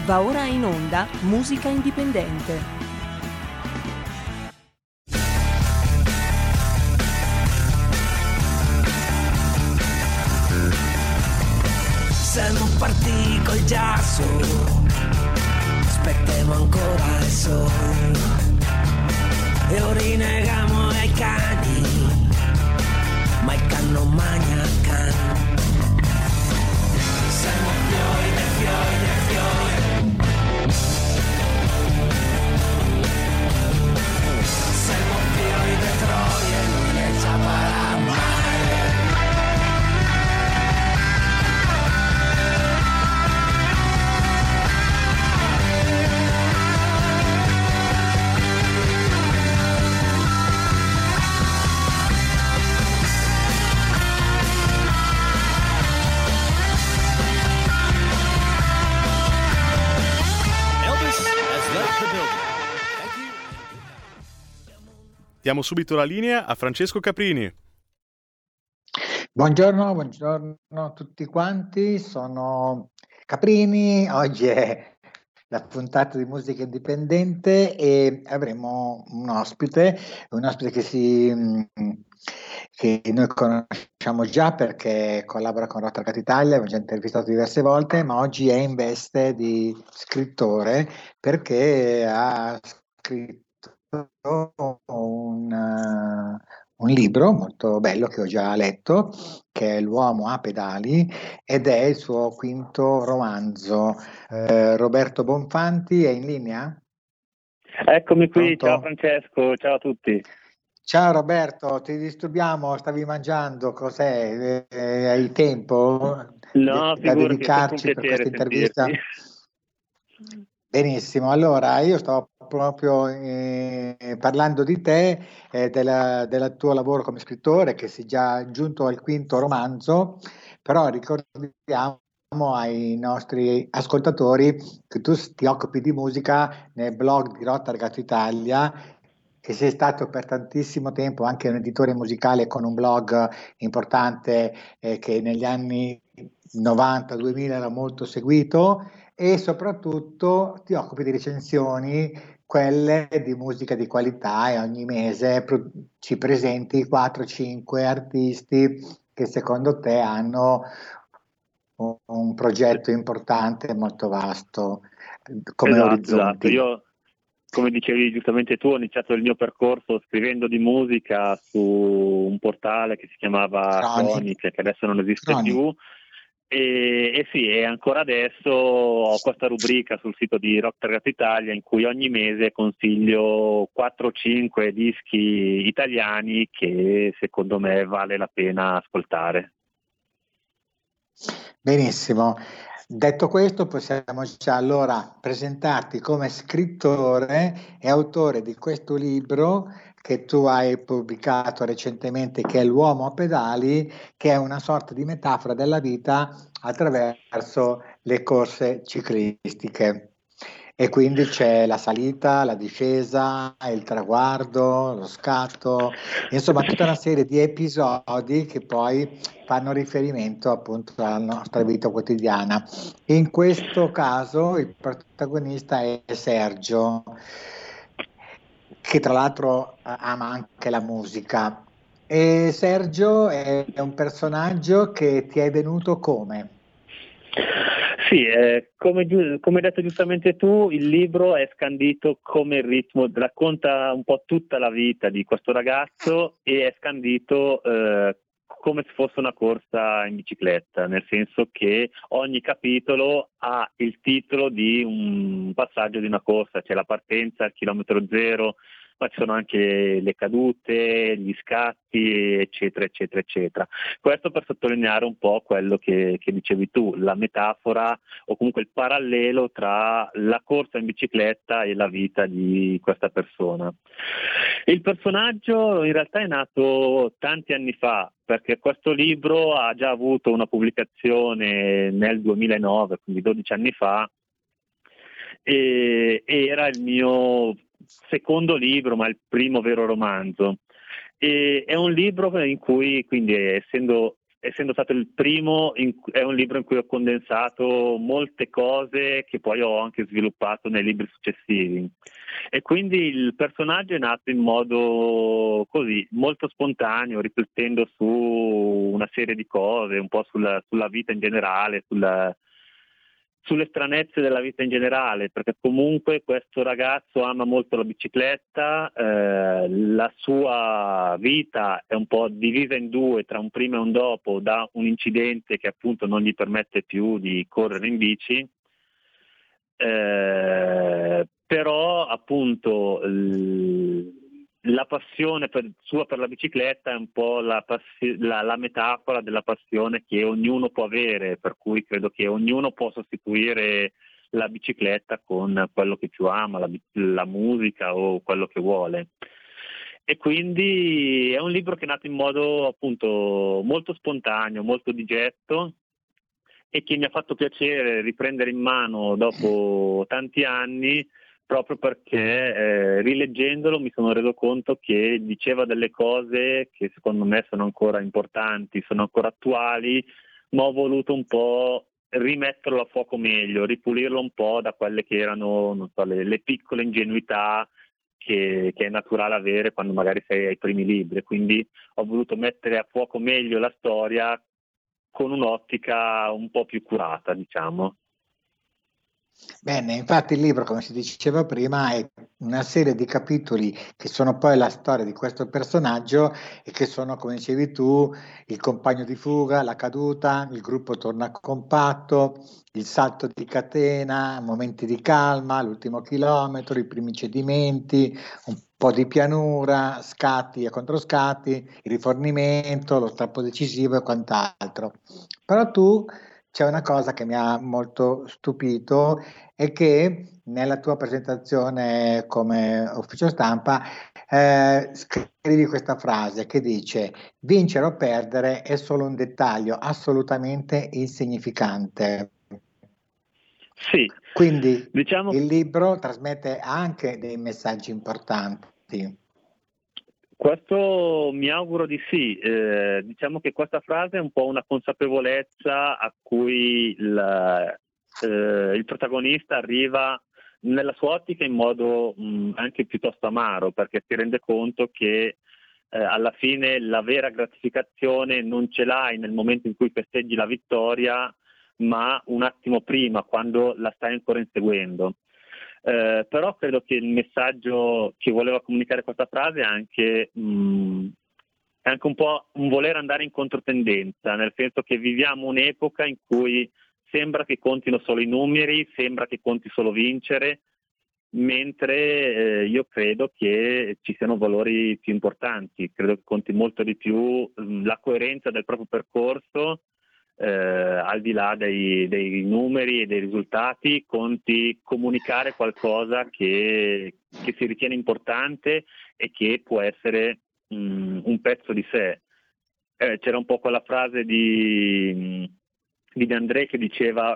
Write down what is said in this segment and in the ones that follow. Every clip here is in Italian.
Va ora in onda Musica Indipendente. Siamo partiti col giasso, aspettiamo ancora il sole e orinegamo ai cani, ma il can non magna can. Siamo fiori de fiori de fiori, siamo fiori de troie, non ne saprà mai. Diamo subito la linea a Francesco Caprini. Buongiorno a tutti quanti, sono Caprini, oggi è la puntata di Musica Indipendente e avremo un ospite che noi conosciamo già perché collabora con Rock Target Italia, l'abbiamo già intervistato diverse volte, ma oggi è in veste di scrittore perché ha scritto un libro molto bello che ho già letto, che è L'uomo a pedali, ed è il suo quinto romanzo. Roberto Bonfanti è in linea? Eccomi qui. Pronto? Ciao Francesco, ciao a tutti. Ciao Roberto, ti disturbiamo? Stavi mangiando? Cos'è? Hai tempo No, da figurati, è sempre un dedicarci per questa piacere intervista? sentirti. Benissimo, allora io stavo proprio parlando di te, del tuo lavoro come scrittore, che sei già giunto al quinto romanzo, però ricordiamo ai nostri ascoltatori che tu ti occupi di musica nel blog di Rock Target Italia, che sei stato per tantissimo tempo anche un editore musicale con un blog importante che negli anni 90-2000 era molto seguito, e soprattutto ti occupi di recensioni, quelle di musica di qualità, e ogni mese ci presenti 4-5 artisti che secondo te hanno un progetto importante e molto vasto come Esatto. orizzonti. Io, come dicevi giustamente tu, ho iniziato il mio percorso scrivendo di musica su un portale che si chiamava Chronic, che adesso non esiste più. E sì, e ancora adesso ho questa rubrica sul sito di Rock Target Italia in cui ogni mese consiglio 4-5 dischi italiani che secondo me vale la pena ascoltare. Benissimo. Detto questo, possiamo già allora presentarti come scrittore e autore di questo libro che tu hai pubblicato recentemente, che è L'uomo a pedali, che è una sorta di metafora della vita attraverso le corse ciclistiche. E quindi c'è la salita, la discesa, il traguardo, lo scatto, insomma tutta una serie di episodi che poi fanno riferimento appunto alla nostra vita quotidiana. In questo caso il protagonista è Sergio, che tra l'altro ama anche la musica. E Sergio è un personaggio che ti è venuto come? Sì, come hai detto giustamente tu, il libro è scandito come il ritmo, racconta un po' tutta la vita di questo ragazzo e è scandito come se fosse una corsa in bicicletta, nel senso che ogni capitolo ha il titolo di un passaggio di una corsa, c'è la partenza, il chilometro zero, ma ci sono anche le cadute, gli scatti, eccetera, eccetera, eccetera. Questo per sottolineare un po' quello che dicevi tu, la metafora o comunque il parallelo tra la corsa in bicicletta e la vita di questa persona. Il personaggio in realtà è nato tanti anni fa, perché questo libro ha già avuto una pubblicazione nel 2009, quindi 12 anni fa, e era il mio secondo libro, ma il primo vero romanzo. E è un libro in cui, quindi, essendo essendo stato il primo, è un libro in cui ho condensato molte cose che poi ho anche sviluppato nei libri successivi. E quindi il personaggio è nato in modo così, molto spontaneo, riflettendo su una serie di cose, un po' sulla vita in generale, sulle stranezze della vita in generale, perché comunque questo ragazzo ama molto la bicicletta, la sua vita è un po' divisa in due, tra un prima e un dopo, da un incidente che appunto non gli permette più di correre in bici, però appunto la passione sua per la bicicletta è un po' la metafora della passione che ognuno può avere, per cui credo che ognuno può sostituire la bicicletta con quello che più ama, la musica o quello che vuole. E quindi è un libro che è nato in modo appunto molto spontaneo, molto di getto, e che mi ha fatto piacere riprendere in mano dopo tanti anni, proprio perché rileggendolo mi sono reso conto che diceva delle cose che secondo me sono ancora importanti, sono ancora attuali, ma ho voluto un po' rimetterlo a fuoco meglio, ripulirlo un po' da quelle che erano, non so, le piccole ingenuità che è naturale avere quando magari sei ai primi libri. Quindi ho voluto mettere a fuoco meglio la storia con un'ottica un po' più curata, diciamo. Bene, infatti il libro, come si diceva prima, è una serie di capitoli che sono poi la storia di questo personaggio e che sono, come dicevi tu, il compagno di fuga, la caduta, il gruppo torna compatto, il salto di catena, momenti di calma, l'ultimo chilometro, i primi cedimenti, un po' di pianura, scatti e controscatti, il rifornimento, lo strappo decisivo e quant'altro. Però tu c'è una cosa che mi ha molto stupito, è che nella tua presentazione come ufficio stampa scrivi questa frase che dice: vincere o perdere è solo un dettaglio assolutamente insignificante. Sì, quindi diciamo, il libro trasmette anche dei messaggi importanti. questo mi auguro di sì. Diciamo che questa frase è un po' una consapevolezza a cui il protagonista arriva nella sua ottica in modo anche piuttosto amaro, perché si rende conto che alla fine la vera gratificazione non ce l'hai nel momento in cui festeggi la vittoria, ma un attimo prima, quando la stai ancora inseguendo. Però credo che il messaggio che voleva comunicare questa frase è anche un po' un voler andare in controtendenza, nel senso che viviamo un'epoca in cui sembra che contino solo i numeri, sembra che conti solo vincere, mentre io credo che ci siano valori più importanti, credo che conti molto di più la coerenza del proprio percorso, al di là dei numeri e dei risultati, conti comunicare qualcosa che si ritiene importante e che può essere un pezzo di sé. C'era un po' quella frase di De André che diceva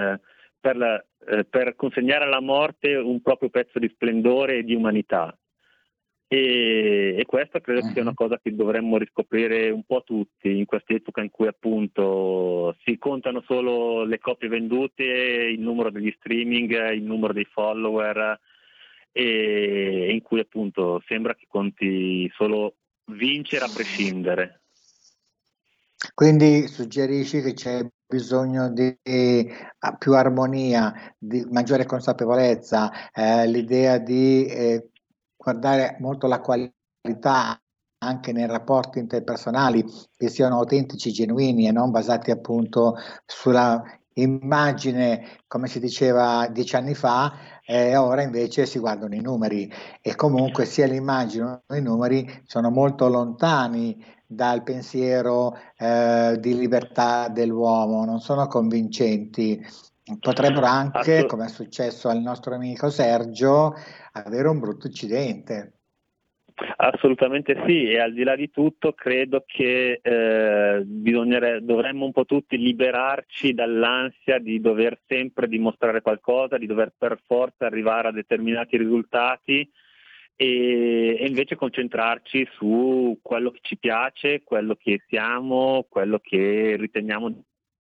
per consegnare alla morte un proprio pezzo di splendore e di umanità. E questa credo sia una cosa che dovremmo riscoprire un po' tutti in quest'epoca in cui appunto si contano solo le copie vendute, il numero degli streaming, il numero dei follower, e in cui appunto sembra che conti solo vincere a prescindere. Quindi suggerisci che c'è bisogno di più armonia, di maggiore consapevolezza, l'idea di guardare molto la qualità anche nei rapporti interpersonali, che siano autentici, genuini e non basati appunto sulla immagine, come si diceva 10 anni fa, ora invece si guardano i numeri e comunque sia l'immagine che i numeri sono molto lontani dal pensiero di libertà dell'uomo, non sono convincenti. Potrebbero anche, come è successo al nostro amico Sergio, avere un brutto incidente. Assolutamente sì, e al di là di tutto credo che dovremmo un po' tutti liberarci dall'ansia di dover sempre dimostrare qualcosa, di dover per forza arrivare a determinati risultati, e invece concentrarci su quello che ci piace, quello che siamo, quello che riteniamo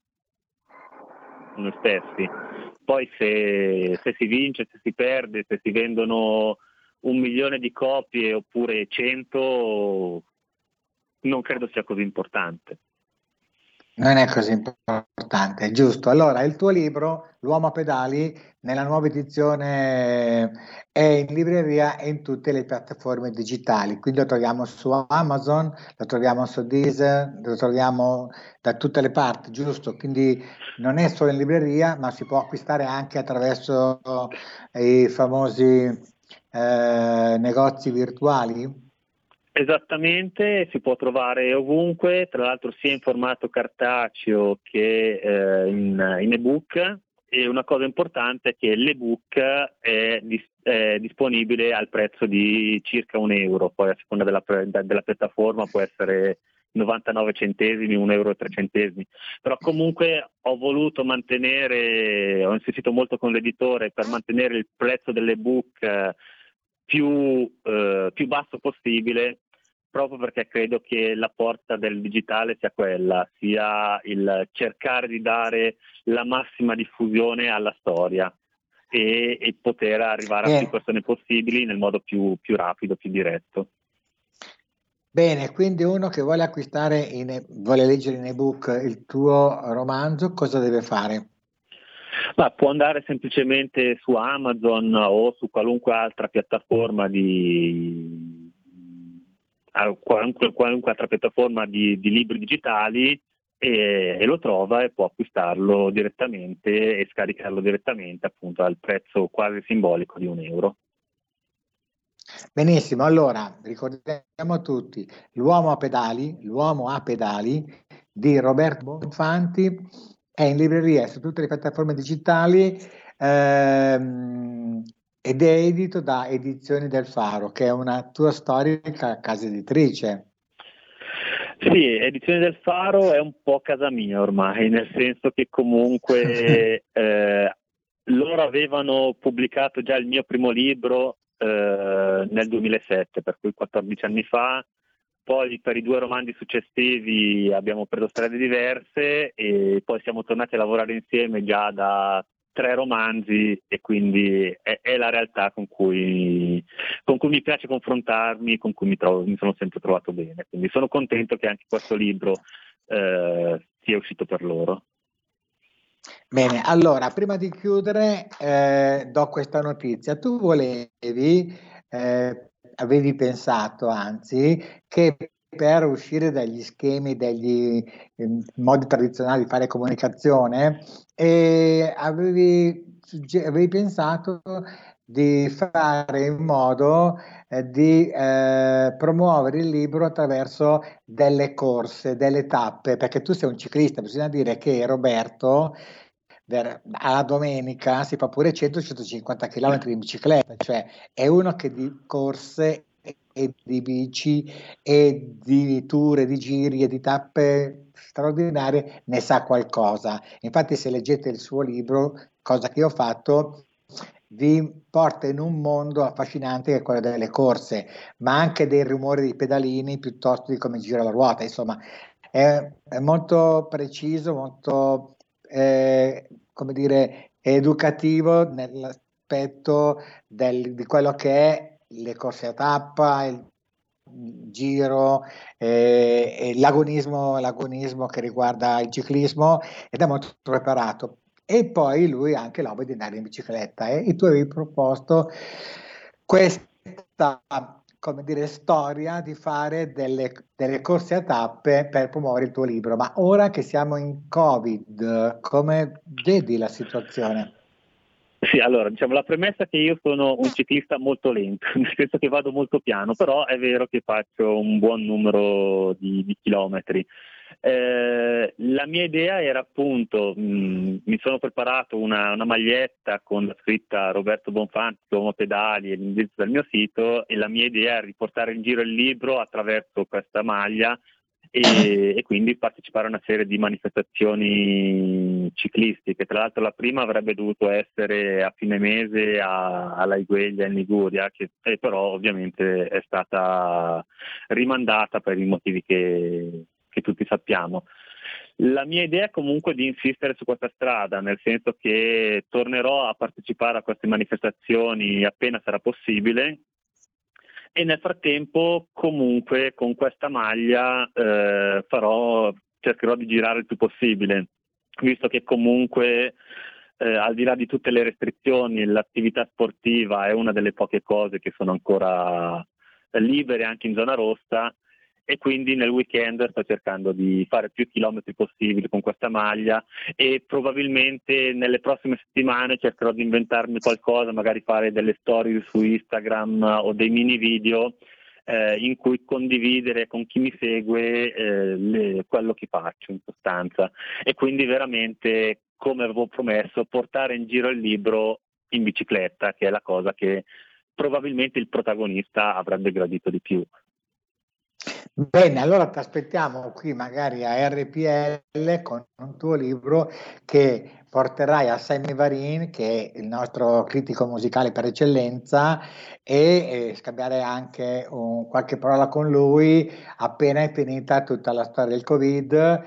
noi stessi. Poi se si vince, se si perde, se si vendono 1 milione di copie oppure 100, non credo sia così importante. Non è così importante, giusto. Allora, il tuo libro, L'uomo a pedali, nella nuova edizione è in libreria e in tutte le piattaforme digitali. Quindi lo troviamo su Amazon, lo troviamo su Deezer, lo troviamo da tutte le parti, giusto? Quindi non è solo in libreria, ma si può acquistare anche attraverso i famosi negozi virtuali. Esattamente, si può trovare ovunque, tra l'altro sia in formato cartaceo che in ebook, e una cosa importante è che l'ebook è disponibile al prezzo di circa €1, poi a seconda della piattaforma può essere 99 centesimi, €1,03, però comunque ho insistito molto con l'editore per mantenere il prezzo dell'ebook più basso possibile, proprio perché credo che la forza del digitale sia quella, sia il cercare di dare la massima diffusione alla storia e poter arrivare a più persone possibili nel modo più rapido, più diretto. Bene, quindi uno che vuole acquistare, vuole leggere in ebook il tuo romanzo, cosa deve fare? Ma può andare semplicemente su Amazon o su qualunque altra piattaforma qualunque altra piattaforma di libri digitali e lo trova e può acquistarlo direttamente e scaricarlo direttamente, appunto al prezzo quasi simbolico di €1. Benissimo, allora ricordiamo a tutti L'uomo a pedali di Roberto Bonfanti, è in libreria e su tutte le piattaforme digitali ed è edito da Edizioni del Faro, che è una tua storica casa editrice. Sì, Edizioni del Faro è un po' casa mia ormai, nel senso che comunque loro avevano pubblicato già il mio primo libro nel 2007, per cui 14 anni fa. Poi per i 2 romanzi successivi abbiamo preso strade diverse e poi siamo tornati a lavorare insieme già da 3 romanzi, e quindi è la realtà con cui mi piace confrontarmi, con cui mi sono sempre trovato bene. Quindi sono contento che anche questo libro sia uscito per loro. Bene, allora, prima di chiudere, do questa notizia. Tu avevi pensato, anzi, che per uscire dagli schemi, dagli modi tradizionali di fare comunicazione, avevi pensato di fare in modo di promuovere il libro attraverso delle corse, delle tappe, perché tu sei un ciclista. Bisogna dire che Roberto alla domenica si fa pure 100-150 km in bicicletta, cioè è uno che di corse e di bici e di tour e di giri e di tappe straordinarie ne sa qualcosa. Infatti, se leggete il suo libro, cosa che io ho fatto, vi porta in un mondo affascinante che è quello delle corse, ma anche dei rumori dei pedalini piuttosto di come gira la ruota. Insomma, è molto preciso, molto come dire, educativo nell'aspetto di quello che è le corse a tappa, il giro, e l'agonismo che riguarda il ciclismo, ed è molto preparato. E poi lui ha anche l'hobby di andare in bicicletta, e tu avevi proposto questa, come dire, storia di fare delle corse a tappe per promuovere il tuo libro. Ma ora che siamo in Covid, come vedi la situazione? Sì, allora, diciamo, la premessa è che io sono un ciclista molto lento, nel senso che vado molto piano, però è vero che faccio un buon numero di chilometri. La mia idea era appunto, mi sono preparato una maglietta con la scritta Roberto Bonfanti, L'uomo a pedali, e l'indirizzo del mio sito, e la mia idea è riportare in giro il libro attraverso questa maglia e quindi partecipare a una serie di manifestazioni ciclisti, che tra l'altro la prima avrebbe dovuto essere a fine mese a Laigueglia in Liguria, che però ovviamente è stata rimandata per i motivi che tutti sappiamo. La mia idea è comunque di insistere su questa strada, nel senso che tornerò a partecipare a queste manifestazioni appena sarà possibile, e nel frattempo comunque con questa maglia cercherò di girare il più possibile, visto che comunque al di là di tutte le restrizioni l'attività sportiva è una delle poche cose che sono ancora libere anche in zona rossa, e quindi nel weekend sto cercando di fare più chilometri possibili con questa maglia, e probabilmente nelle prossime settimane cercherò di inventarmi qualcosa, magari fare delle storie su Instagram o dei mini video in cui condividere con chi mi segue quello che faccio in sostanza, e quindi veramente, come avevo promesso, portare in giro il libro in bicicletta, che è la cosa che probabilmente il protagonista avrebbe gradito di più. Bene, allora ti aspettiamo qui magari a RPL con un tuo libro che porterai a Sammy Varin, che è il nostro critico musicale per eccellenza, e scambiare anche qualche parola con lui appena è finita tutta la storia del Covid,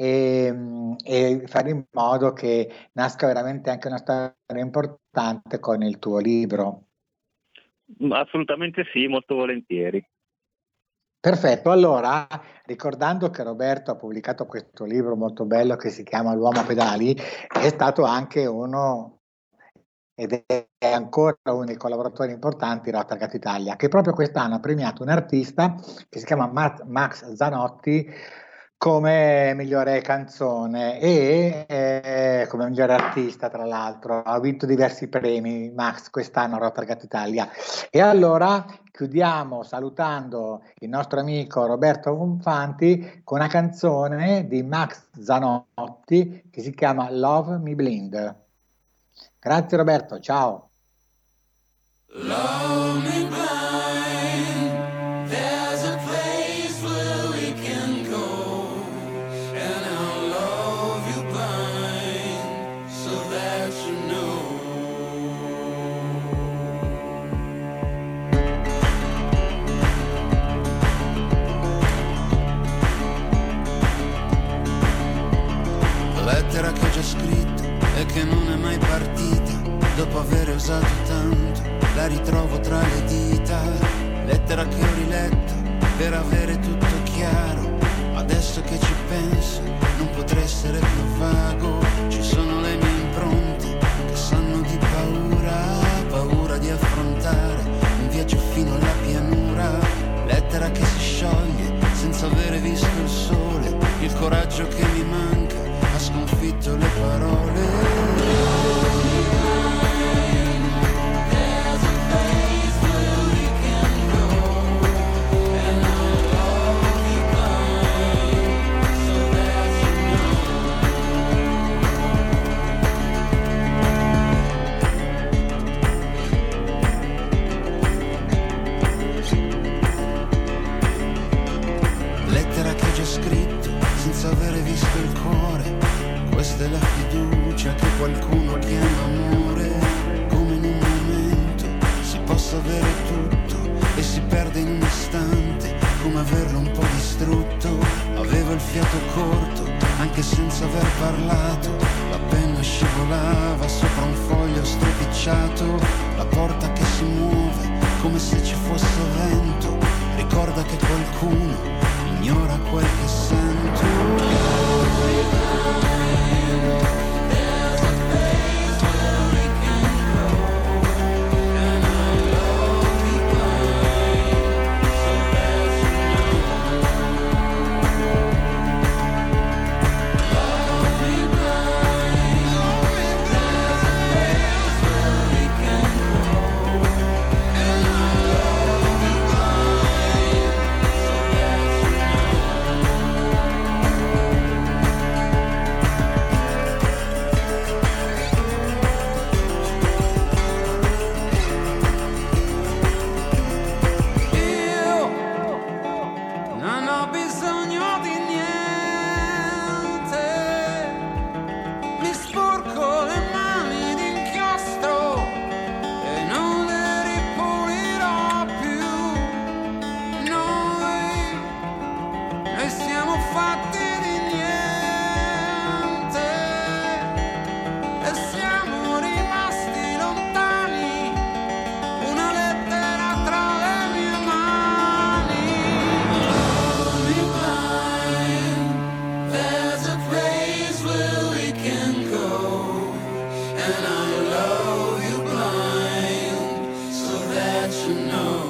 e fare in modo che nasca veramente anche una storia importante con il tuo libro. Assolutamente sì, molto volentieri. Perfetto, allora ricordando che Roberto ha pubblicato questo libro molto bello che si chiama L'uomo a pedali, è stato anche uno ed è ancora uno dei collaboratori importanti di Rotargat Italia, che proprio quest'anno ha premiato un artista che si chiama Max Zanotti come migliore canzone e come migliore artista, tra l'altro. Ha vinto diversi premi Max quest'anno a Rotargat Italia. E allora chiudiamo salutando il nostro amico Roberto Bonfanti con una canzone di Max Zanotti che si chiama Love Me Blind. Grazie Roberto, ciao. Love me blind, there's a place where we can go, and I'll love you blind, so that you know. La lettera che ho già scritto e che non è mai partita, dopo aver usato tanto, la ritrovo tra le dita. Lettera che ho riletto per avere tutto chiaro. Adesso che ci penso non potrei essere più vago. Ci sono le mie impronte che sanno di paura di affrontare un viaggio fino alla pianura. Lettera che si scioglie senza avere visto il sole. Il coraggio che mi manca ha sconfitto le parole. Questa è la fiducia che qualcuno chiama amore, come in un momento si possa avere tutto e si perde in un istante, come averlo un po' distrutto. Avevo il fiato corto, anche senza aver parlato, la penna scivolava sopra un foglio stropicciato, la porta che si muove come se ci fosse vento, ricorda che qualcuno ignora quel che sento. Love me blind. and I love you blind, so that you know.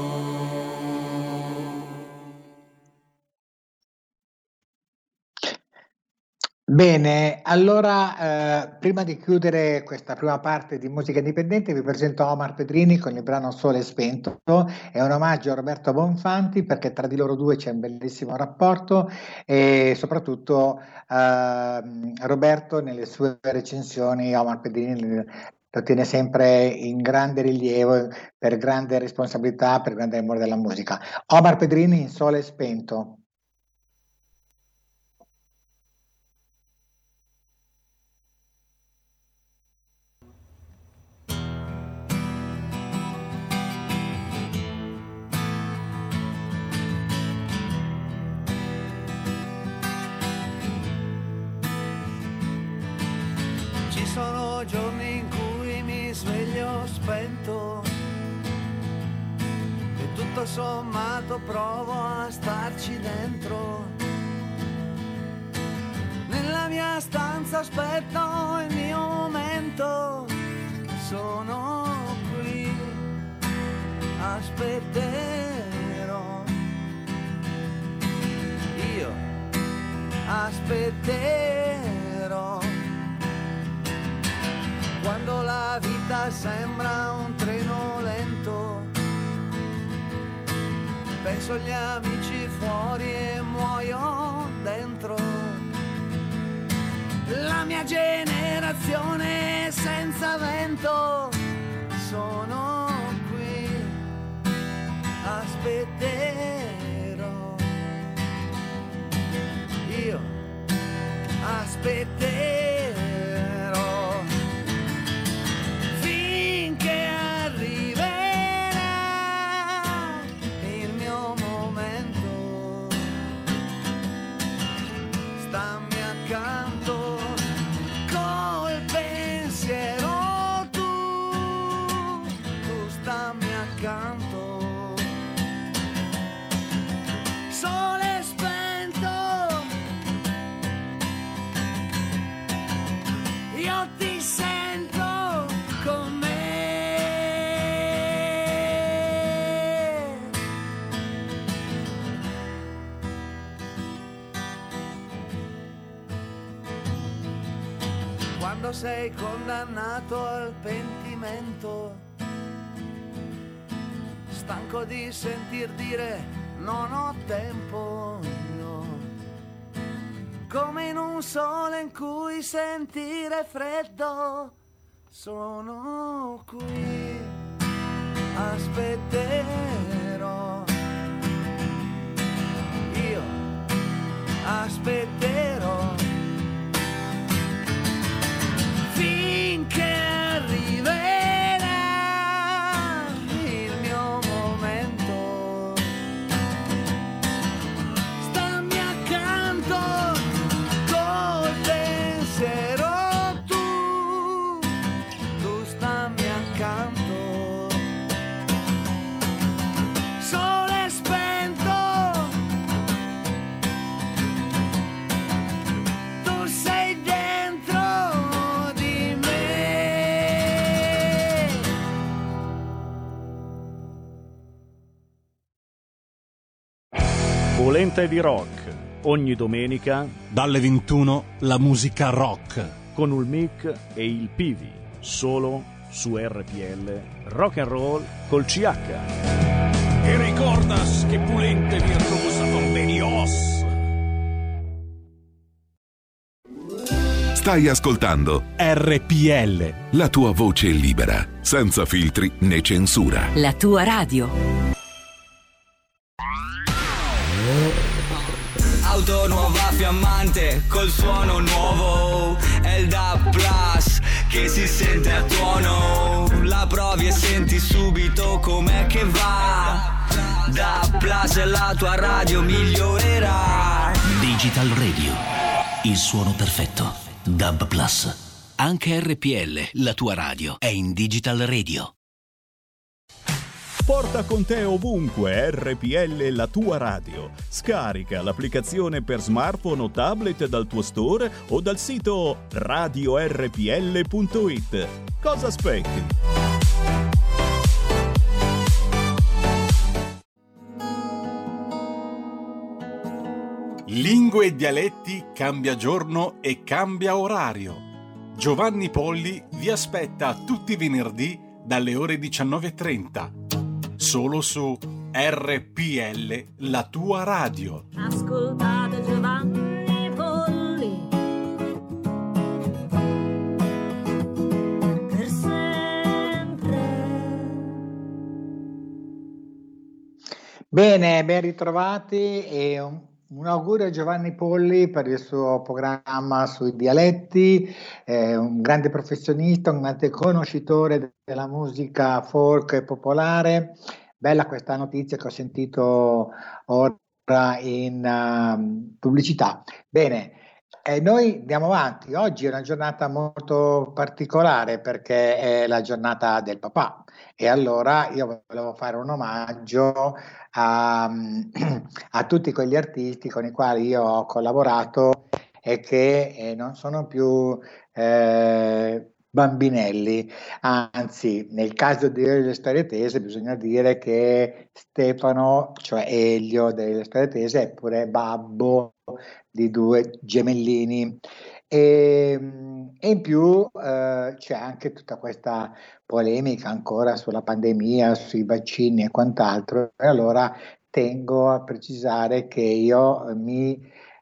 Bene, allora prima di chiudere questa prima parte di musica indipendente vi presento Omar Pedrini con il brano Sole Spento. È un omaggio a Roberto Bonfanti perché tra di loro due c'è un bellissimo rapporto e soprattutto Roberto nelle sue recensioni Omar Pedrini lo tiene sempre in grande rilievo per grande responsabilità, per grande amore della musica. Omar Pedrini in Sole Spento. Ci sono giorni in cui mi sveglio spento e tutto sommato provo a starci dentro. Nella mia stanza aspetto il mio momento, sono qui, aspetterò, io aspetterò. Quando la vita sembra un treno lento, penso agli amici fuori e muoio dentro. La mia generazione senza vento, sono qui, aspetterò, io aspetterò. Quando sei condannato al pentimento, stanco di sentir dire non ho tempo, no. Come in un sole in cui sentire freddo, sono qui, aspetterò, io aspetterò. Finché arriverà il mio momento, stammi accanto col pensiero, tu stammi accanto. Sole spento, tu sei dentro. Polenta di rock, ogni domenica dalle 21 la musica rock con Ulmic e il Pivi, solo su RPL Rock and Roll col CH. E ricordas che Pulente virtuosa con Benios. Stai ascoltando RPL, la tua voce libera, senza filtri né censura. La tua radio. Auto nuova fiammante col suono nuovo, è il DAB Plus che si sente a tuono. La provi e senti subito com'è che va. DAB Plus è la tua radio migliorerà. Digital Radio, il suono perfetto. DAB Plus. Anche RPL, la tua radio, è in Digital Radio. Porta con te ovunque RPL, la tua radio. Scarica l'applicazione per smartphone o tablet dal tuo store o dal sito radiorpl.it. Cosa aspetti? Lingue e dialetti cambia giorno e cambia orario. Giovanni Polli vi aspetta tutti i venerdì dalle ore 19:30. Solo su RPL, la tua radio. Ascoltate Giovanni Polli per sempre. Bene, ben ritrovati e un augurio a Giovanni Polli per il suo programma sui dialetti, un grande professionista, un grande conoscitore della musica folk e popolare. Bella questa notizia che ho sentito ora in pubblicità. Bene, noi andiamo avanti. Oggi è una giornata molto particolare perché è la giornata del papà e allora io volevo fare un omaggio a tutti quegli artisti con i quali io ho collaborato e che non sono più bambinelli, anzi nel caso delle Storie Tese bisogna dire che Stefano, cioè Elio delle Storie Tese, è pure babbo di 2 gemellini e in più c'è anche tutta questa polemica ancora sulla pandemia, sui vaccini e quant'altro, e allora tengo a precisare che io mi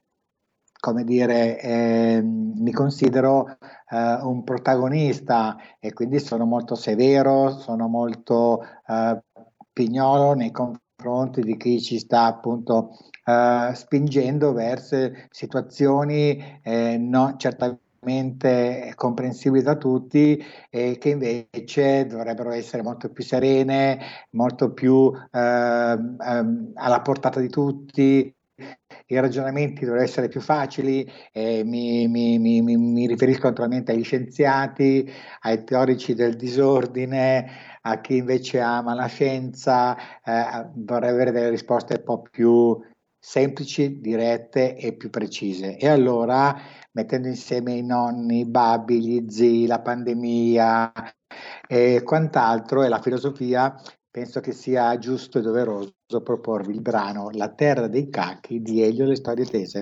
considero un protagonista e quindi sono molto severo, sono molto pignolo nei confronti di chi ci sta appunto spingendo verso situazioni non certamente comprensibili da tutti e che invece dovrebbero essere molto più serene, molto più alla portata di tutti. I ragionamenti dovrebbero essere più facili, mi riferisco naturalmente agli scienziati, ai teorici del disordine, a chi invece ama la scienza, vorrei avere delle risposte un po' più semplici, dirette e più precise. E allora, mettendo insieme i nonni, i babbi, gli zii, la pandemia e quant'altro e la filosofia, penso che sia giusto e doveroso proporvi il brano La terra dei cacchi di Elio Le Storie Tese.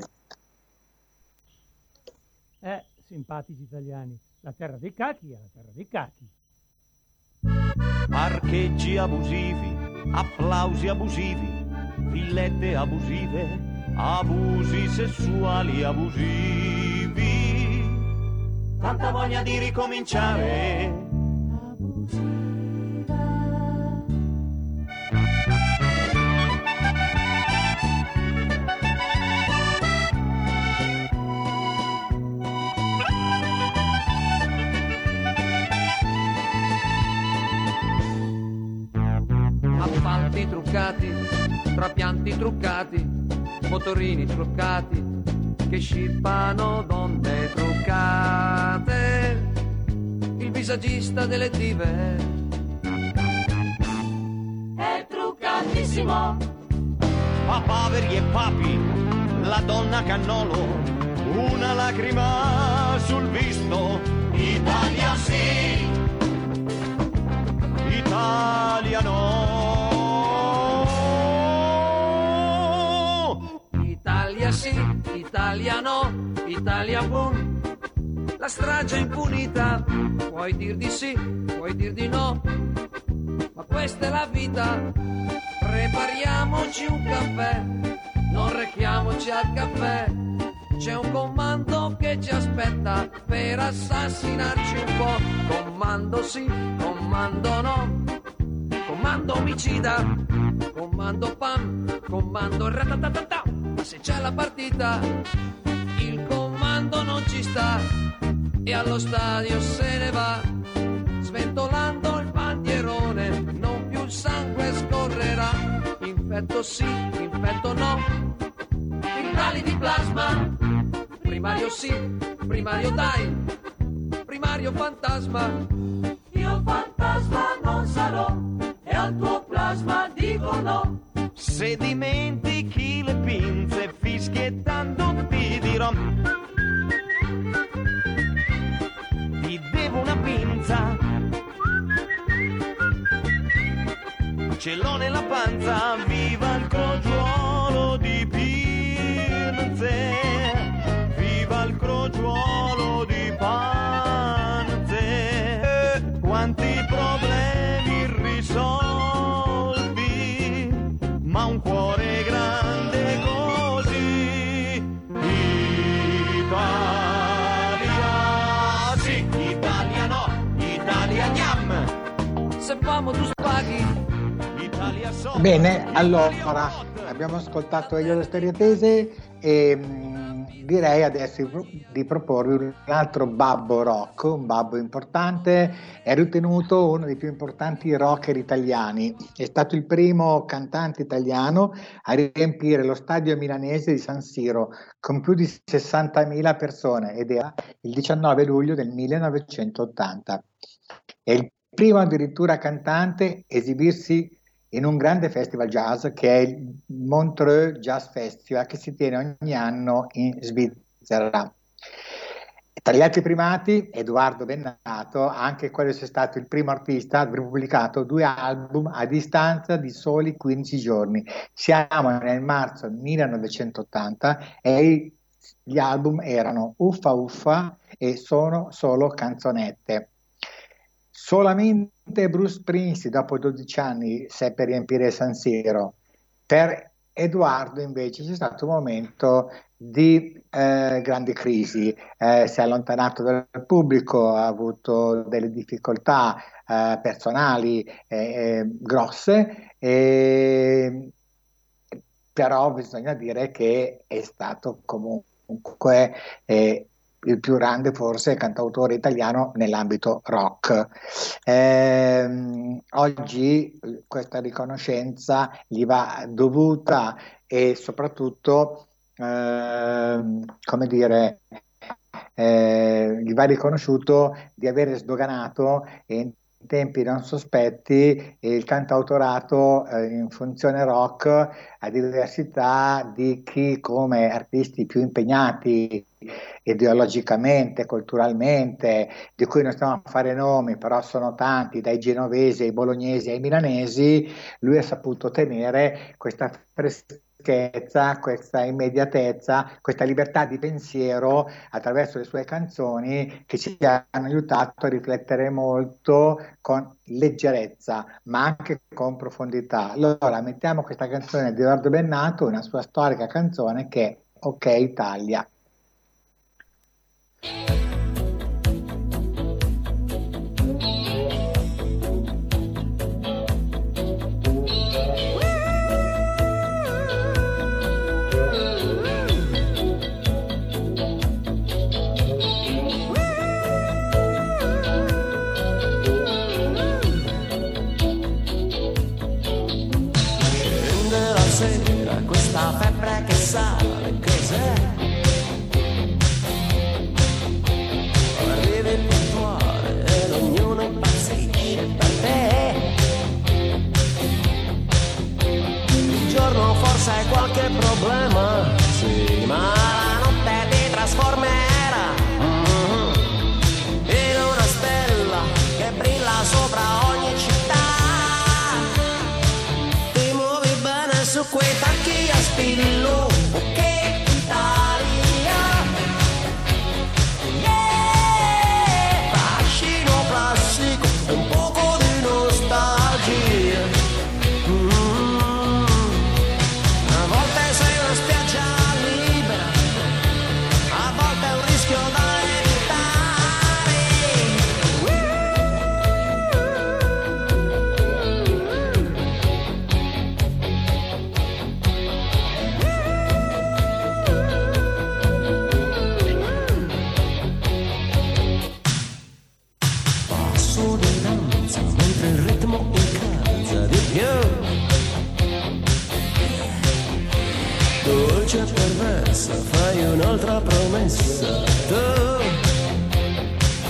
Simpatici italiani, la terra dei cacchi è la terra dei cacchi. Parcheggi abusivi, applausi abusivi, villette abusive, abusi sessuali abusivi, tanta voglia di ricominciare. Appalti truccati, trapianti truccati, motorini truccati, che scippano donne truccate, il visagista delle dive È truccatissimo. Papaveri e papi, la donna cannolo, una lacrima sul viso. Italia sì, Italia no. Italia sì, Italia no, Italia boom. La strage è impunita, puoi dir di sì, puoi dir di no, ma questa è la vita. Prepariamoci un caffè, non rechiamoci al caffè. C'è un comando che ci aspetta per assassinarci un po'. Comando sì, comando no, comando omicida, comando pam, comando ratatatata. Ma se c'è la partita, il comando non ci sta e allo stadio se ne va, sventolando il bandierone, non più il sangue scorrerà. Infetto sì, infetto no, virali di plasma, primario sì, primario dai, primario fantasma. Io fantasma non sarò e al tuo plasma plasma dicono. Se dimentichi le pinze fischiettando ti dirò, ti devo una pinza, ce l'ho nella panza, viva il crogiuolo di pinze, viva il crogiuolo di panze, quanti problemi irrisolti, ma un cuore grande così. Italia, sì, Italia no, Italia gnam. Se vamo tu spaghi. Bene, allora abbiamo ascoltato Elio Le Stereotese e direi adesso di proporvi un altro babbo rock, un babbo importante, è ritenuto uno dei più importanti rocker italiani, è stato il primo cantante italiano a riempire lo stadio milanese di San Siro con più di 60.000 persone ed era il 19 luglio del 1980. È il primo addirittura cantante a esibirsi in un grande festival jazz che è il Montreux Jazz Festival, che si tiene ogni anno in Svizzera. Tra gli altri primati, Edoardo Bennato, anche quello sia stato il primo artista ad aver pubblicato 2 album a distanza di soli 15 giorni. Siamo nel marzo 1980 e gli album erano Uffa Uffa e Sono solo canzonette. Solamente Bruce Springsteen dopo 12 anni seppe riempire San Siro. Per Edoardo invece c'è stato un momento di grande crisi, si è allontanato dal pubblico, ha avuto delle difficoltà personali grosse, però bisogna dire che è stato comunque il più grande forse cantautore italiano nell'ambito rock. Oggi questa riconoscenza gli va dovuta e soprattutto gli va riconosciuto di aver sdoganato in tempi non sospetti il cantautorato in funzione rock, a diversità di chi come artisti più impegnati ideologicamente, culturalmente, di cui non stiamo a fare nomi, però sono tanti, dai genovesi ai bolognesi ai milanesi, lui ha saputo tenere questa freschezza, questa immediatezza, questa libertà di pensiero attraverso le sue canzoni che ci hanno aiutato a riflettere molto con leggerezza ma anche con profondità. Allora mettiamo questa canzone di Edoardo Bennato, una sua storica canzone che è Ok Italia. Questa febbre che sale, cos'è? Arrivi puntuale ed ognuno impazzisce per te. Un giorno forse hai qualche problema, sì, ma la notte ti trasformerà in una stella che brilla sopra ogni città. Ti muovi bene su quei tacchi a spillo, ok Italia, yeah, fascino classico, un poco di nostalgia. A volte sei una spiaggia libera, a volte è un rischio da dolce e perversa, fai un'altra promessa, tu.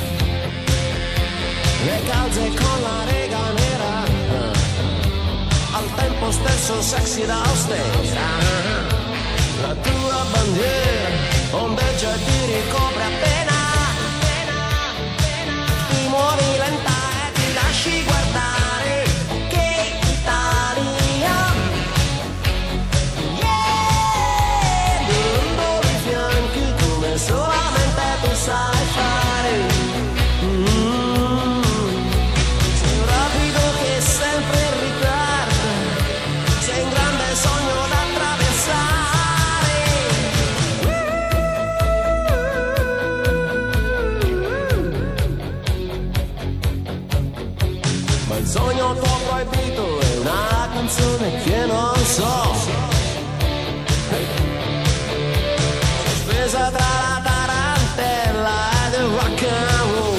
Le calze con la rega nera, tempo stesso sexy da austera. La tua bandiera ondeggia e ti ricopre appena ti muovi lenta e ti lasci guardare. Che Italia, yeah, lungo i fianchi come solamente tu sai fare. Sei rapido che sempre in ritardo, sei un grande sogno da attraversare. Ma il sogno tuo proibito è una canzone che non so, sospesa tra la tarantella ed il rock and roll.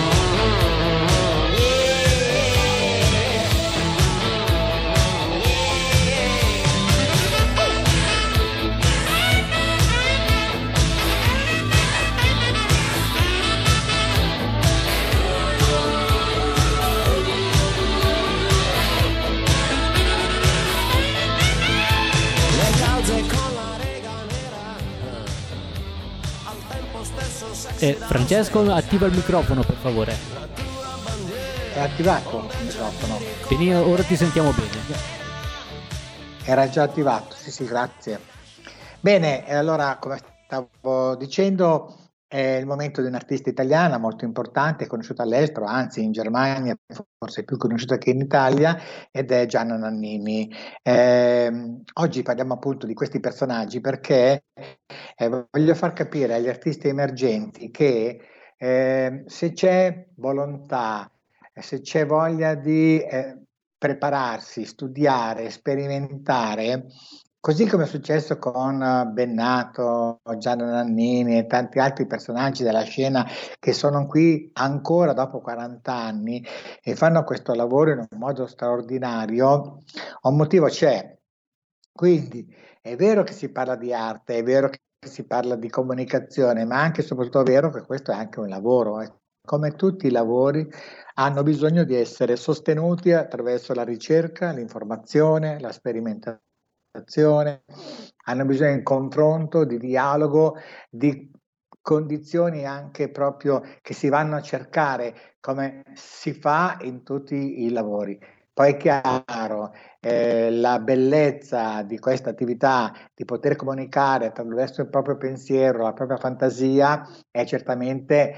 Francesco, attiva il microfono per favore. È attivato il microfono? Quindi ora ti sentiamo bene. Era già attivato, sì, grazie. Bene, allora come stavo dicendo è il momento di un'artista italiana molto importante, conosciuta all'estero, anzi in Germania forse più conosciuta che in Italia, ed è Gianna Nannini. Oggi parliamo appunto di questi personaggi perché voglio far capire agli artisti emergenti che se c'è volontà, se c'è voglia di prepararsi, studiare, sperimentare, così come è successo con Bennato, Gianna Nannini e tanti altri personaggi della scena che sono qui ancora dopo 40 anni e fanno questo lavoro in un modo straordinario, un motivo c'è. Quindi è vero che si parla di arte, è vero che si parla di comunicazione, ma anche e soprattutto è vero che questo è anche un lavoro. Come tutti i lavori hanno bisogno di essere sostenuti attraverso la ricerca, l'informazione, la sperimentazione, hanno bisogno di confronto, di dialogo, di condizioni anche proprio che si vanno a cercare come si fa in tutti i lavori. Poi è chiaro, la bellezza di questa attività di poter comunicare attraverso il proprio pensiero, la propria fantasia è certamente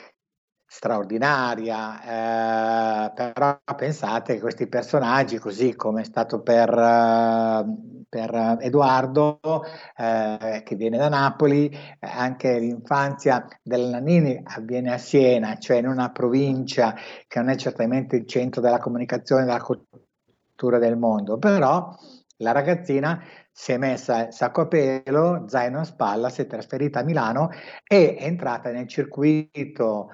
straordinaria, però pensate che questi personaggi, così come è stato per Edoardo che viene da Napoli, anche l'infanzia della Nannini avviene a Siena, cioè in una provincia che non è certamente il centro della comunicazione e della cultura del mondo, però la ragazzina si è messa il sacco a pelo, zaino a spalla, si è trasferita a Milano e è entrata nel circuito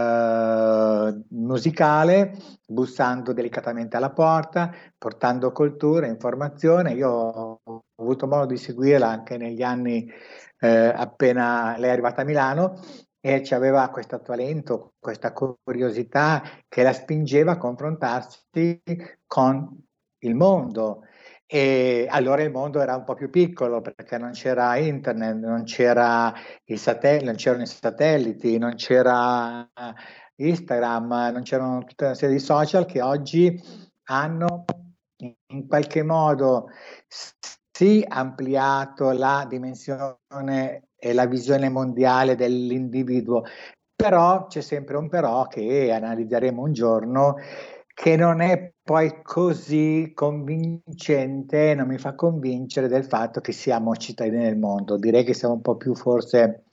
musicale, bussando delicatamente alla porta, portando cultura, informazione. Io ho avuto modo di seguirla anche negli anni appena lei è arrivata a Milano e aveva questo talento, questa curiosità che la spingeva a confrontarsi con il mondo. E allora il mondo era un po' più piccolo perché non c'era internet, non c'erano i satelliti, non c'era Instagram, non c'erano tutta una serie di social che oggi hanno in qualche modo sì ampliato la dimensione e la visione mondiale dell'individuo, però c'è sempre un però che analizzeremo un giorno, che non è poi così convincente, non mi fa convincere del fatto che siamo cittadini del mondo. Direi che siamo un po' più forse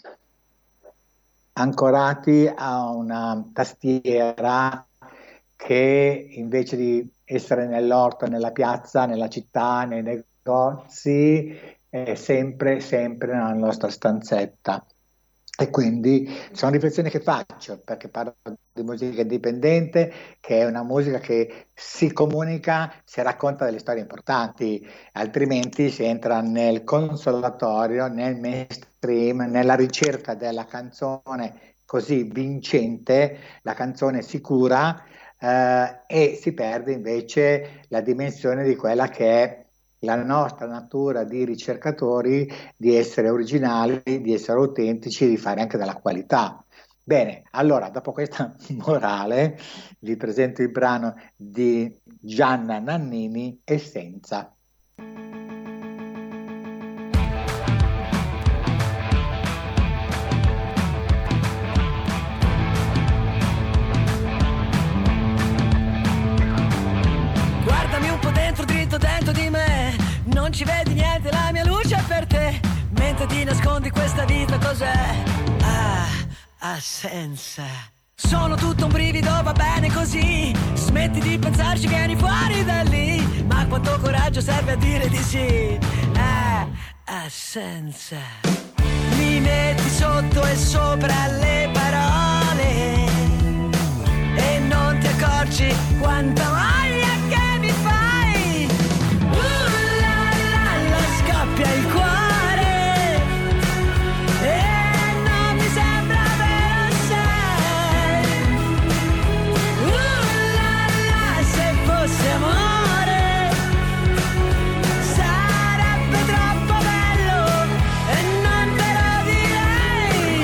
ancorati a una tastiera che invece di essere nell'orto, nella piazza, nella città, nei negozi, è sempre nella nostra stanzetta. E quindi sono riflessioni che faccio perché parlo di musica indipendente, che è una musica che si comunica, si racconta delle storie importanti, altrimenti si entra nel consolatorio, nel mainstream, nella ricerca della canzone così vincente, la canzone sicura, e si perde invece la dimensione di quella che è la nostra natura di ricercatori, di essere originali, di essere autentici e di fare anche della qualità. Bene, allora dopo questa morale vi presento il brano di Gianna Nannini, Essenza. Guardami un po' dentro, dritto dentro di me. Non ci vedi niente, la mia luce è per te. Mentre ti nascondi questa vita cos'è? Assenza. Sono tutto un brivido, va bene così. Smetti di pensarci, vieni fuori da lì. Ma quanto coraggio serve a dire di sì? Assenza. Mi metti sotto e sopra le parole e non ti accorgi quanta voglia che mi fai. La la la, scoppia il cuore e non mi sembra vero, sai. La la, se fosse amore sarebbe troppo bello e non te lo direi.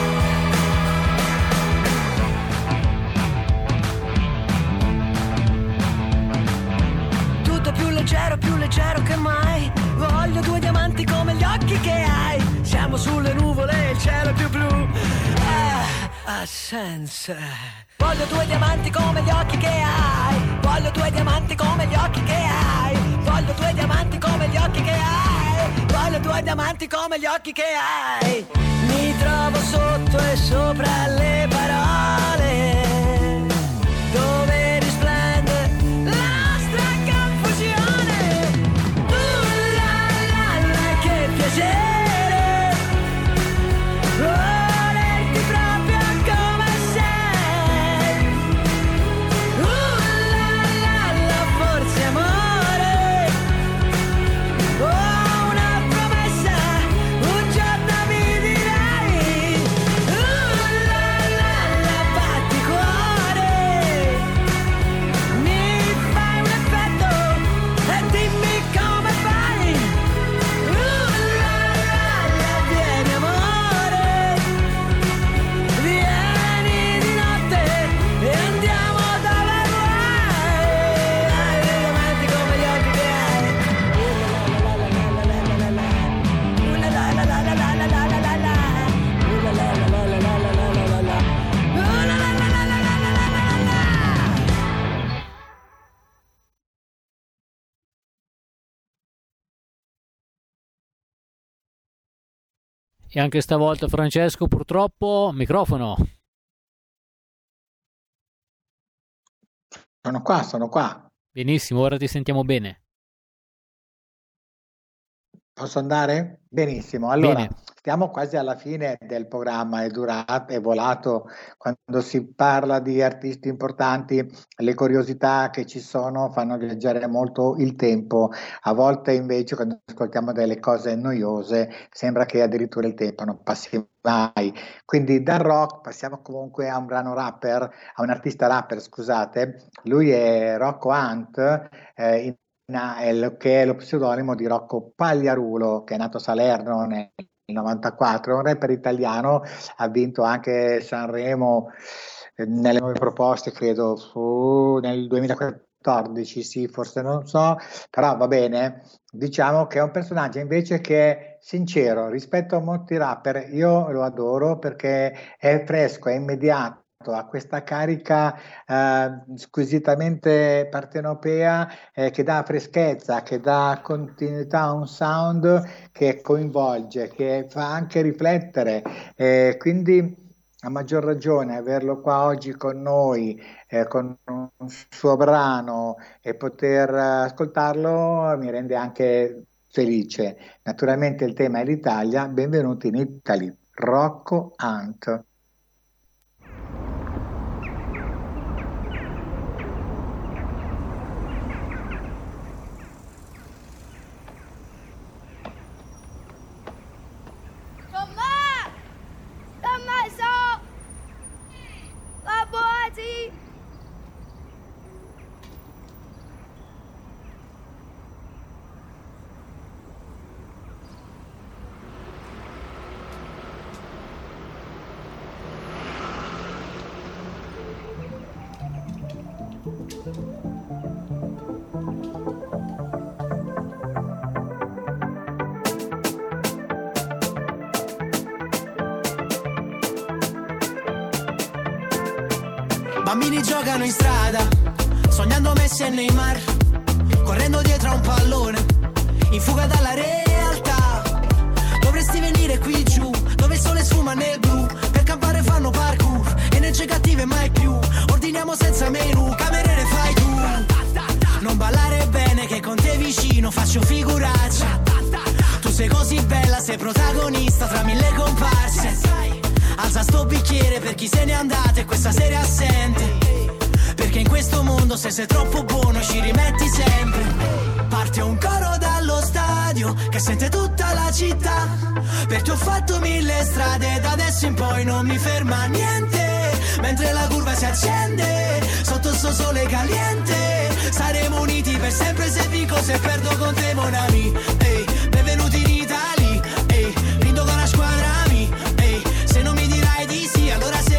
Tutto più leggero che mai. Voglio due diamanti come gli occhi che hai. Siamo sulle nuvole, il cielo è più blu. Assenza. Voglio due diamanti come gli occhi che hai. Voglio due diamanti come gli occhi che hai. Voglio due diamanti come gli occhi che hai. Voglio due diamanti come gli occhi che hai. Mi trovo sotto e sopra le parole dove risplende la nostra confusione. La la la, che piacere volerti proprio come sei. La la, forse amore, oh, una promessa, un giorno mi direi. La la, batti cuore, mi fai un effetto e dimmi come fai. La, vieni amore, vieni di notte e andiamo dove vuoi. Davanti come gli occhi che hai. E anche stavolta, Francesco, purtroppo, microfono. Sono qua. Benissimo, ora ti sentiamo bene. Posso andare? Benissimo. Allora, Bene. stiamo quasi alla fine del programma, è volato. Quando si parla di artisti importanti, le curiosità che ci sono fanno viaggiare molto il tempo. A volte invece, quando ascoltiamo delle cose noiose, sembra che addirittura il tempo non passi mai. Quindi dal rock passiamo comunque a un brano rapper, a un artista rapper, scusate. Lui è Rocco Hunt, che è lo pseudonimo di Rocco Pagliarulo, che è nato a Salerno nel 94, è un rapper italiano, ha vinto anche Sanremo nelle nuove proposte, credo nel 2014, sì, forse non so, però va bene. Diciamo che è un personaggio invece che è sincero rispetto a molti rapper. Io lo adoro perché è fresco, è immediato, ha questa carica squisitamente partenopea, che dà freschezza, che dà continuità a un sound che coinvolge, che fa anche riflettere, quindi a maggior ragione averlo qua oggi con noi, con un suo brano, e poter ascoltarlo mi rende anche felice. Naturalmente il tema è l'Italia. Benvenuti in Italy, Rocco Hunt. Bambini giocano in strada, sognando Messi e Neymar, correndo dietro a un pallone, in fuga dalla realtà. Dovresti venire qui giù, dove il sole sfuma nel blu, per campare fanno parkour, energie cattive mai più. Ordiniamo senza menù, cameriere fai tu. Non ballare bene che con te vicino faccio figuracce. Tu sei così bella, sei protagonista tra mille comparse. Alza sto bicchiere per chi se n'è andato e questa sera è assente, perché in questo mondo se sei troppo buono ci rimetti sempre. Parte un coro dallo stadio che sente tutta la città, perché ho fatto 1000 strade, da adesso in poi non mi ferma niente. Mentre la curva si accende, sotto sto sole caliente, saremo uniti per sempre se vinco, se perdo con te mon ami. Ehi, benvenuti in Italia, ehi, rindo con la squadra mi, ehi, se non mi dirai di sì, allora se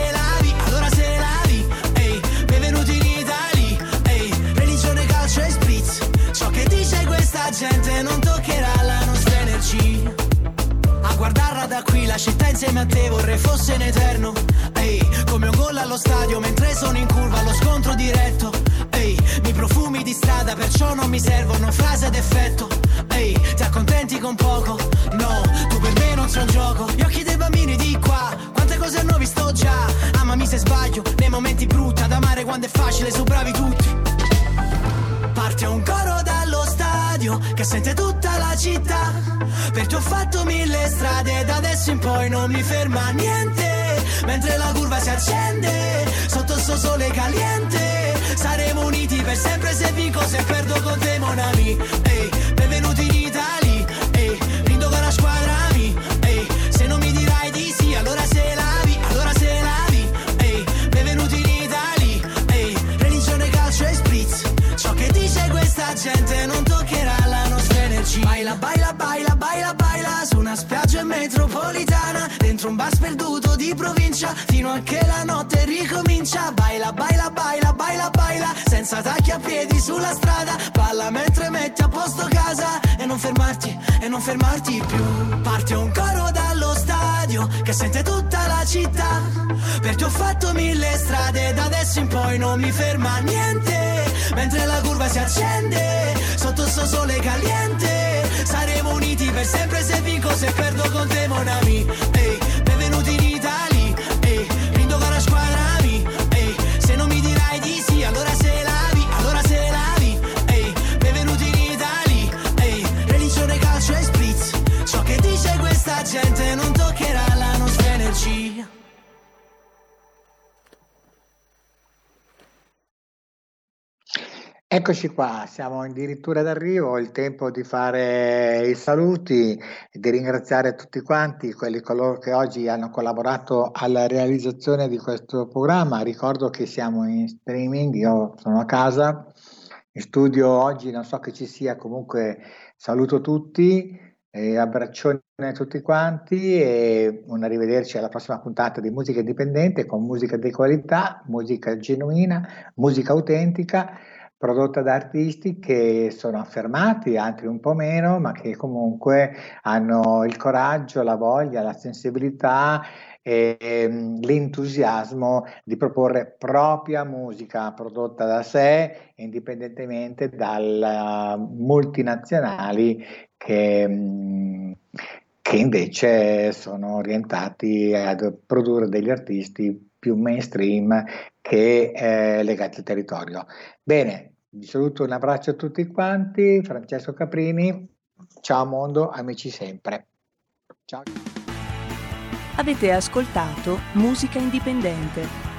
lavi, ehi, benvenuti in Italia, ehi, religione, calcio e spritz, ciò che dice questa gente non toccherà la nostra energia. A guardarla da qui la città insieme a te vorrei fosse in eterno, ehi, come un gol allo stadio mentre sono in curva allo scontro diretto, ehi, mi profumi di strada perciò non mi servono frasi ad effetto, ehi, ti accontenti con poco, no, tu per me non sei un gioco, gli occhi dei bambini di qua, quante cose hanno visto già, amami se sbaglio, nei momenti brutti, ad amare quando è facile, su bravi tutti. Parte un coro dallo stadio che sente tutta la città, perché ho fatto 1000 strade, da adesso in poi non mi ferma niente. Mentre la curva si accende, sotto sto sole caliente, saremo uniti per sempre se vinco, se perdo con te mon ami. Ehi, benvenuti in Italia, ehi, rindo con la squadra mi, ehi, se non mi dirai di sì, allora se lavi, ehi, benvenuti in Italia, ehi, religione, calcio e spritz, ciò che dice questa gente non toccherà la nostra energia. Baila, baila, baila, baila, baila, su una spiaggia metropolitana, dentro un bar sperduto di provincia, fino a che la notte ricomincia. Baila, baila, baila, baila, baila, senza tacchi a piedi sulla strada, balla mentre metti a posto casa e non fermarti più. Parte un coro dallo stadio che sente tutta la città, perché ho fatto 1000 strade, da adesso in poi non mi ferma niente. Mentre la curva si accende, sotto sto sole caliente, saremo uniti per sempre se vinco, se perdo con te mon ami. Ehi, benvenuti in Italia, ehi, rindo con la squadra mi, ehi, se non mi dirai di sì, allora se lavi, ehi, benvenuti in Italia, ehi, religione, calcio e spritz, ciò che dice questa gente non toccherà la nostra energia. Eccoci qua, siamo addirittura d'arrivo, il tempo di fare i saluti, di ringraziare tutti quanti, coloro che oggi hanno collaborato alla realizzazione di questo programma. Ricordo che siamo in streaming, io sono a casa, in studio oggi non so che ci sia, comunque saluto tutti, abbraccione a tutti quanti e un arrivederci alla prossima puntata di Musica Indipendente, con musica di qualità, musica genuina, musica autentica, prodotta da artisti che sono affermati, altri un po' meno, ma che comunque hanno il coraggio, la voglia, la sensibilità e l'entusiasmo di proporre propria musica prodotta da sé, indipendentemente dalle multinazionali che invece sono orientati a produrre degli artisti più mainstream che legati al territorio. Bene, vi saluto, un abbraccio a tutti quanti, Francesco Caprini, ciao mondo, amici sempre. Ciao. Avete ascoltato Musica Indipendente.